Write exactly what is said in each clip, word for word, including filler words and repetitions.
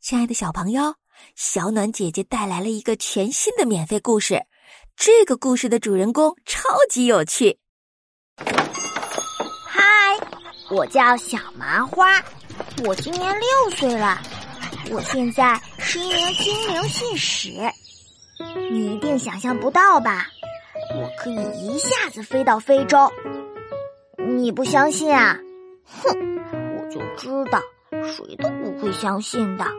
亲爱的小朋友，小暖姐姐带来了一个全新的免费故事。这个故事的主人公超级有趣。 嗨，我叫小麻花，我今年六岁了。我现在是一名精灵信使。你一定想象不到吧？我可以一下子飞到非洲。你不相信啊？哼，我就知道，谁都不会相信的。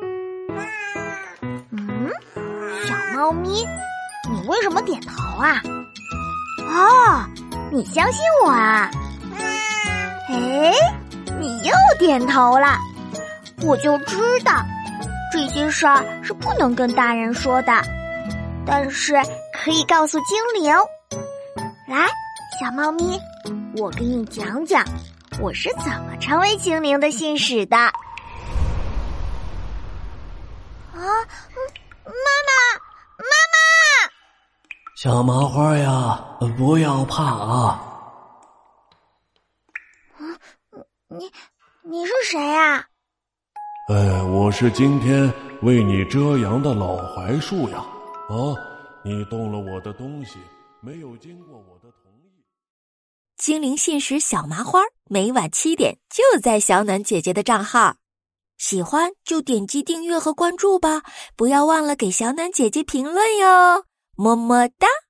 嗯，小猫咪，你为什么点头啊？哦，你相信我啊？哎，你又点头了。我就知道，这些事儿是不能跟大人说的，但是可以告诉精灵。来，小猫咪，我给你讲讲我是怎么成为精灵的信使的。啊，妈妈，妈妈！ 小麻花呀，不要怕啊！ 嗯，你你是谁呀？ 哎，我是今天为你遮阳的老槐树呀！啊，你动了我的东西，没有经过我的同意。 精灵信使小麻花每晚七点就在小暖姐姐的账号，喜欢就点击订阅和关注吧，不要忘了给小暖姐姐评论哟，么么哒。